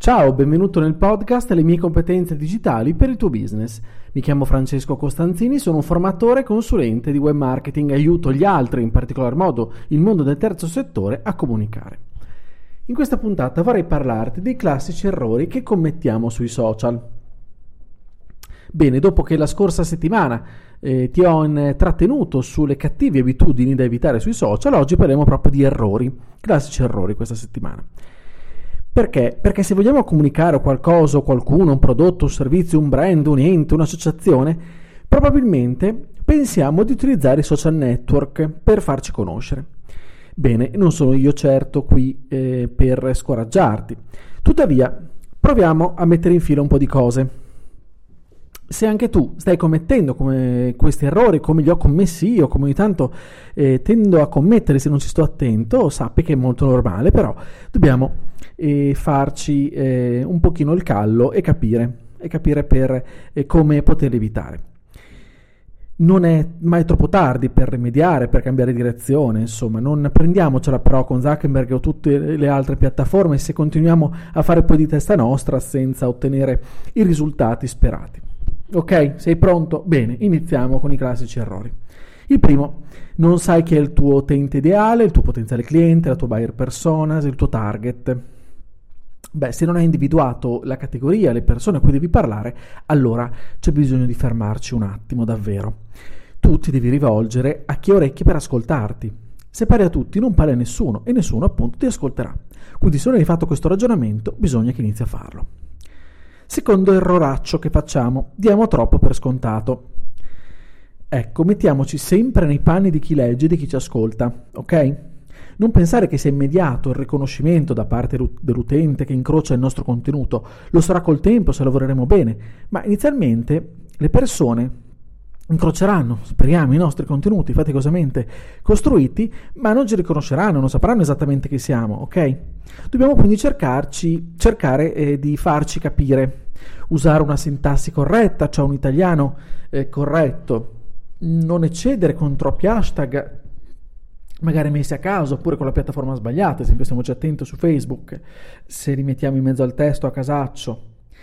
Ciao, benvenuto nel podcast Le mie competenze digitali per il tuo business. Mi chiamo Francesco Costanzini, sono un formatore e consulente di web marketing e aiuto gli altri, in particolar modo il mondo del terzo settore, a comunicare. In questa puntata vorrei parlarti dei classici errori che commettiamo sui social. Bene, dopo che la scorsa settimana ti ho intrattenuto sulle cattive abitudini da evitare sui social, oggi parliamo proprio di errori, classici errori questa settimana. Perché? Perché se vogliamo comunicare qualcosa, qualcuno, un prodotto, un servizio, un brand, un ente, un'associazione, probabilmente pensiamo di utilizzare i social network per farci conoscere. Bene, non sono io certo qui per scoraggiarti. Tuttavia, proviamo a mettere in fila un po' di cose. Se anche tu stai commettendo questi errori, come li ho commessi io, come ogni tanto tendo a commettere se non ci sto attento, sappi che è molto normale, però dobbiamo farci un pochino il callo e capire per come poterli evitare. Non è mai troppo tardi per rimediare, per cambiare direzione, insomma, non prendiamocela però con Zuckerberg o tutte le altre piattaforme se continuiamo a fare poi di testa nostra senza ottenere i risultati sperati. Ok, sei pronto? Bene, iniziamo con i classici errori. Il primo, non sai chi è il tuo utente ideale, il tuo potenziale cliente, la tua buyer persona, il tuo target. Beh, se non hai individuato la categoria, le persone a cui devi parlare, allora c'è bisogno di fermarci un attimo, davvero. Tu ti devi rivolgere a chi ha orecchie per ascoltarti. Se parli a tutti, non parli a nessuno e nessuno appunto ti ascolterà. Quindi se non hai fatto questo ragionamento, bisogna che inizi a farlo. Secondo erroraccio che facciamo, diamo troppo per scontato. Ecco, mettiamoci sempre nei panni di chi legge e di chi ci ascolta, ok? Non pensare che sia immediato il riconoscimento da parte dell'utente che incrocia il nostro contenuto, lo sarà col tempo se lavoreremo bene, ma inizialmente le persone incroceranno, speriamo, i nostri contenuti faticosamente costruiti, ma non ci riconosceranno, non sapranno esattamente chi siamo, ok? Dobbiamo quindi cercare di farci capire, usare una sintassi corretta, cioè un italiano corretto, non eccedere con troppi hashtag, magari messi a caso, oppure con la piattaforma sbagliata, sempre stiamoci attenti su Facebook, se li mettiamo in mezzo al testo a casaccio,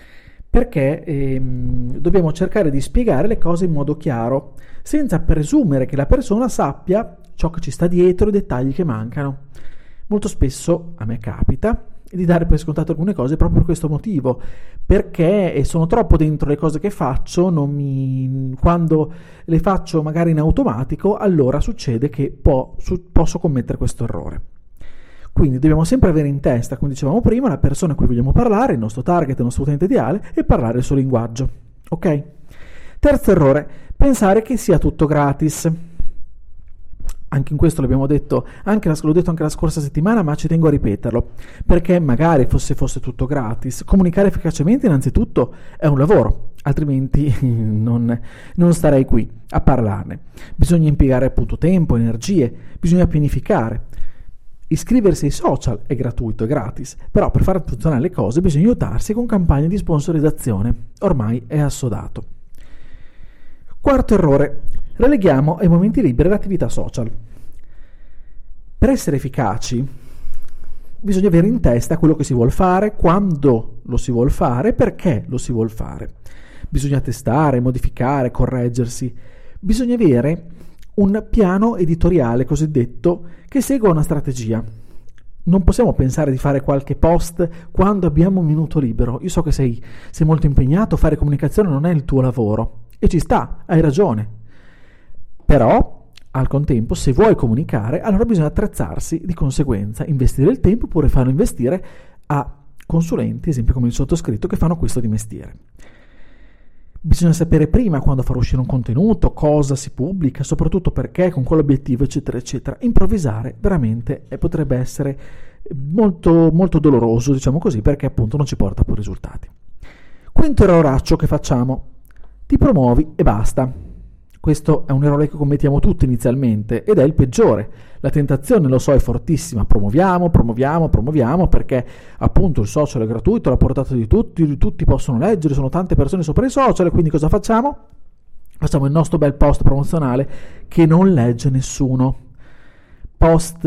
perché dobbiamo cercare di spiegare le cose in modo chiaro, senza presumere che la persona sappia ciò che ci sta dietro, i dettagli che mancano. Molto spesso a me capita di dare per scontato alcune cose proprio per questo motivo, perché sono troppo dentro le cose che faccio, quando le faccio magari in automatico, allora succede che posso commettere questo errore. Quindi dobbiamo sempre avere in testa, come dicevamo prima, la persona a cui vogliamo parlare, il nostro target, il nostro utente ideale, e parlare il suo linguaggio. Ok? Terzo errore, pensare che sia tutto gratis. Anche in questo l'abbiamo detto, l'ho detto anche la scorsa settimana, ma ci tengo a ripeterlo, perché magari fosse tutto gratis, comunicare efficacemente innanzitutto è un lavoro, altrimenti non starei qui a parlarne. Bisogna impiegare appunto tempo, energie, bisogna pianificare. Iscriversi ai social è gratuito, è gratis, però per far funzionare le cose bisogna aiutarsi con campagne di sponsorizzazione, ormai è assodato. Quarto errore, releghiamo ai momenti liberi l'attività social. Per essere efficaci bisogna avere in testa quello che si vuol fare, quando lo si vuol fare, perché lo si vuol fare. Bisogna testare, modificare, correggersi. Bisogna avere un piano editoriale cosiddetto che segua una strategia. Non possiamo pensare di fare qualche post quando abbiamo un minuto libero. Io so che sei molto impegnato, fare comunicazione non è il tuo lavoro e ci sta, hai ragione. Però al contempo, se vuoi comunicare, allora bisogna attrezzarsi di conseguenza, investire il tempo oppure farlo investire a consulenti, esempio come il sottoscritto, che fanno questo di mestiere. Bisogna sapere prima quando far uscire un contenuto, cosa si pubblica, soprattutto perché, con quale obiettivo, eccetera, eccetera. Improvvisare veramente potrebbe essere molto, molto doloroso, diciamo così, perché appunto non ci porta poi risultati. Quinto erroraccio che facciamo: ti promuovi e basta. Questo è un errore che commettiamo tutti inizialmente ed è il peggiore. La tentazione, lo so, è fortissima. Promuoviamo perché appunto il social è gratuito, alla portata di tutti possono leggere, sono tante persone sopra i social, e quindi cosa facciamo? Facciamo il nostro bel post promozionale che non legge nessuno. post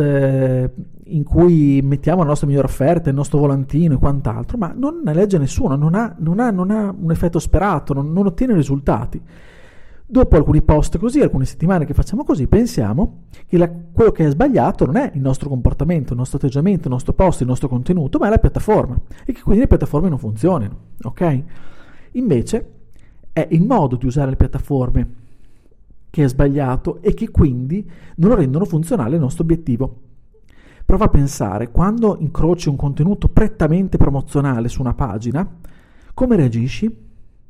in cui mettiamo la nostra migliore offerta, il nostro volantino e quant'altro, ma non ne legge nessuno, non ha un effetto sperato, non ottiene risultati. Dopo alcuni post così, alcune settimane che facciamo così, pensiamo che quello che è sbagliato non è il nostro comportamento, il nostro atteggiamento, il nostro post, il nostro contenuto, ma è la piattaforma, e che quindi le piattaforme non funzionino, ok? Invece è il modo di usare le piattaforme che è sbagliato e che quindi non lo rendono funzionale il nostro obiettivo. Prova a pensare, quando incroci un contenuto prettamente promozionale su una pagina, come reagisci?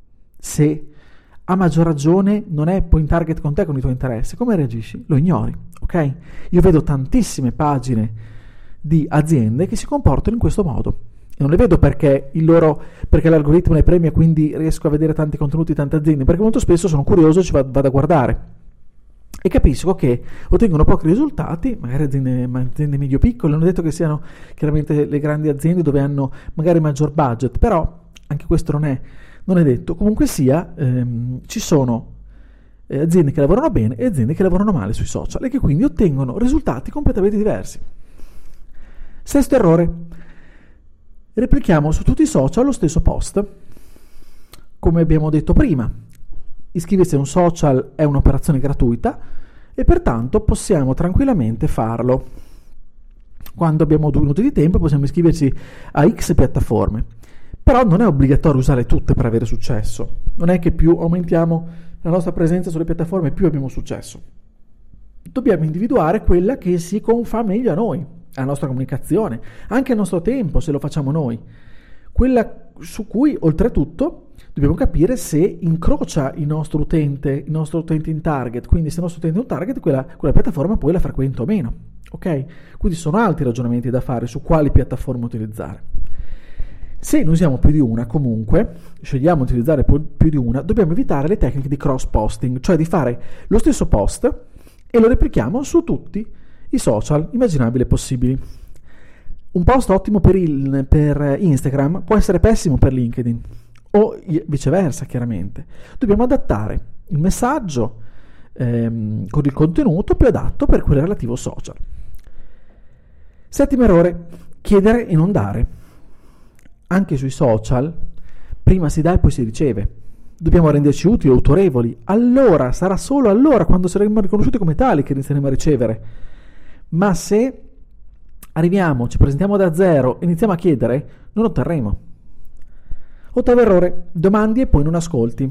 Se a maggior ragione non è poi in target con te, con i tuoi interessi, come reagisci? Lo ignori, ok? Io vedo tantissime pagine di aziende che si comportano in questo modo. E non le vedo perché l'algoritmo le premia, quindi riesco a vedere tanti contenuti di tante aziende, perché molto spesso sono curioso e ci vado a guardare. E capisco che ottengono pochi risultati, magari aziende medio-piccole, non è detto che siano chiaramente le grandi aziende dove hanno magari maggior budget, però anche questo non è detto. Comunque sia, ci sono aziende che lavorano bene e aziende che lavorano male sui social e che quindi ottengono risultati completamente diversi. Sesto errore: replichiamo su tutti i social lo stesso post. Come abbiamo detto prima, iscriversi a un social è un'operazione gratuita e pertanto possiamo tranquillamente farlo. Quando abbiamo 2 minuti di tempo possiamo iscriverci a X piattaforme. Però non è obbligatorio usare tutte per avere successo. Non è che più aumentiamo la nostra presenza sulle piattaforme più abbiamo successo. Dobbiamo individuare quella che si confà meglio a noi, alla nostra comunicazione, anche al nostro tempo, se lo facciamo noi. Quella su cui, oltretutto, dobbiamo capire se incrocia il nostro utente in target. Quindi se il nostro utente è un target, quella piattaforma poi la frequenta o meno. Ok? Quindi sono altri ragionamenti da fare su quali piattaforme utilizzare. Se ne usiamo più di una, comunque, scegliamo di utilizzare più di una, dobbiamo evitare le tecniche di cross-posting, cioè di fare lo stesso post e lo replichiamo su tutti i social immaginabili e possibili. Un post ottimo per Instagram può essere pessimo per LinkedIn, o viceversa, chiaramente. Dobbiamo adattare il messaggio con il contenuto più adatto per quel relativo social. Settimo errore: chiedere e non dare. Anche sui social, prima si dà e poi si riceve. Dobbiamo renderci utili, autorevoli. Allora, sarà solo allora, quando saremo riconosciuti come tali, che inizieremo a ricevere. Ma se arriviamo, ci presentiamo da zero e iniziamo a chiedere, non otterremo. Ottavo errore: domandi e poi non ascolti.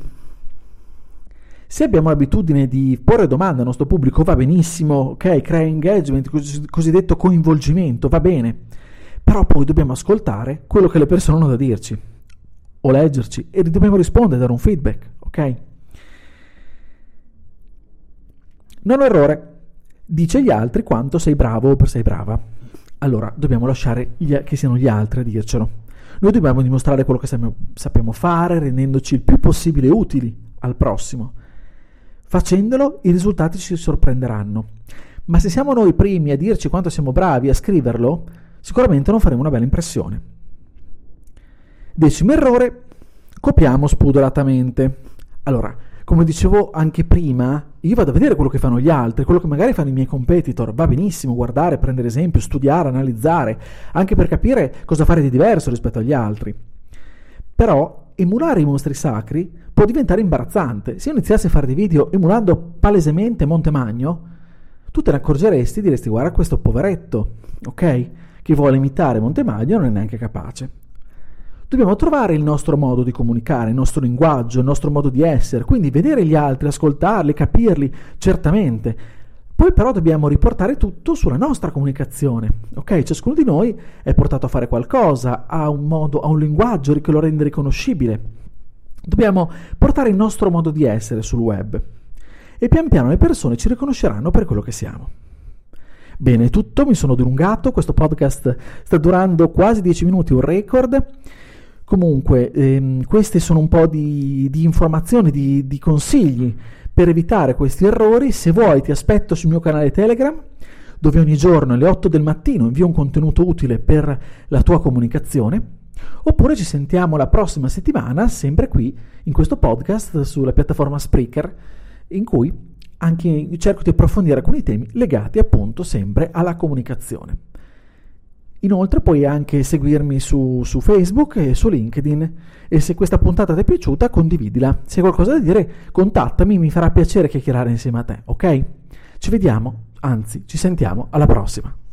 Se abbiamo l'abitudine di porre domande al nostro pubblico, va benissimo, ok, crea engagement, cosiddetto coinvolgimento, va bene. Però poi dobbiamo ascoltare quello che le persone hanno da dirci, o leggerci, e dobbiamo rispondere, dare un feedback, ok? Nono errore: dice agli altri quanto sei bravo o sei brava. Allora, dobbiamo lasciare che siano gli altri a dircelo. Noi dobbiamo dimostrare quello che sappiamo fare, rendendoci il più possibile utili al prossimo. Facendolo, i risultati ci sorprenderanno. Ma se siamo noi primi a dirci quanto siamo bravi, a scriverlo, sicuramente non faremo una bella impressione. Decimo errore: copiamo spudoratamente. Allora, come dicevo anche prima, io vado a vedere quello che fanno gli altri, quello che magari fanno i miei competitor. Va benissimo guardare, prendere esempio, studiare, analizzare, anche per capire cosa fare di diverso rispetto agli altri. Però emulare i mostri sacri può diventare imbarazzante. Se io iniziassi a fare dei video emulando palesemente Montemagno, tu te ne accorgeresti e diresti: guarda questo poveretto, ok? Chi vuole imitare Montemagno non è neanche capace. Dobbiamo trovare il nostro modo di comunicare, il nostro linguaggio, il nostro modo di essere, quindi vedere gli altri, ascoltarli, capirli, certamente. Poi però dobbiamo riportare tutto sulla nostra comunicazione, ok? Ciascuno di noi è portato a fare qualcosa, ha un linguaggio che lo rende riconoscibile. Dobbiamo portare il nostro modo di essere sul web e pian piano le persone ci riconosceranno per quello che siamo. Bene, è tutto, mi sono dilungato, questo podcast sta durando quasi 10 minuti, un record. Comunque, questi sono un po' di informazioni, di consigli per evitare questi errori. Se vuoi ti aspetto sul mio canale Telegram, dove ogni giorno alle 8 del mattino invio un contenuto utile per la tua comunicazione, oppure ci sentiamo la prossima settimana, sempre qui, in questo podcast, sulla piattaforma Spreaker, in cui anche cerco di approfondire alcuni temi legati appunto sempre alla comunicazione. Inoltre puoi anche seguirmi su Facebook e su LinkedIn, e se questa puntata ti è piaciuta condividila. Se hai qualcosa da dire contattami, mi farà piacere chiacchierare insieme a te, ok? Ci vediamo, anzi ci sentiamo alla prossima.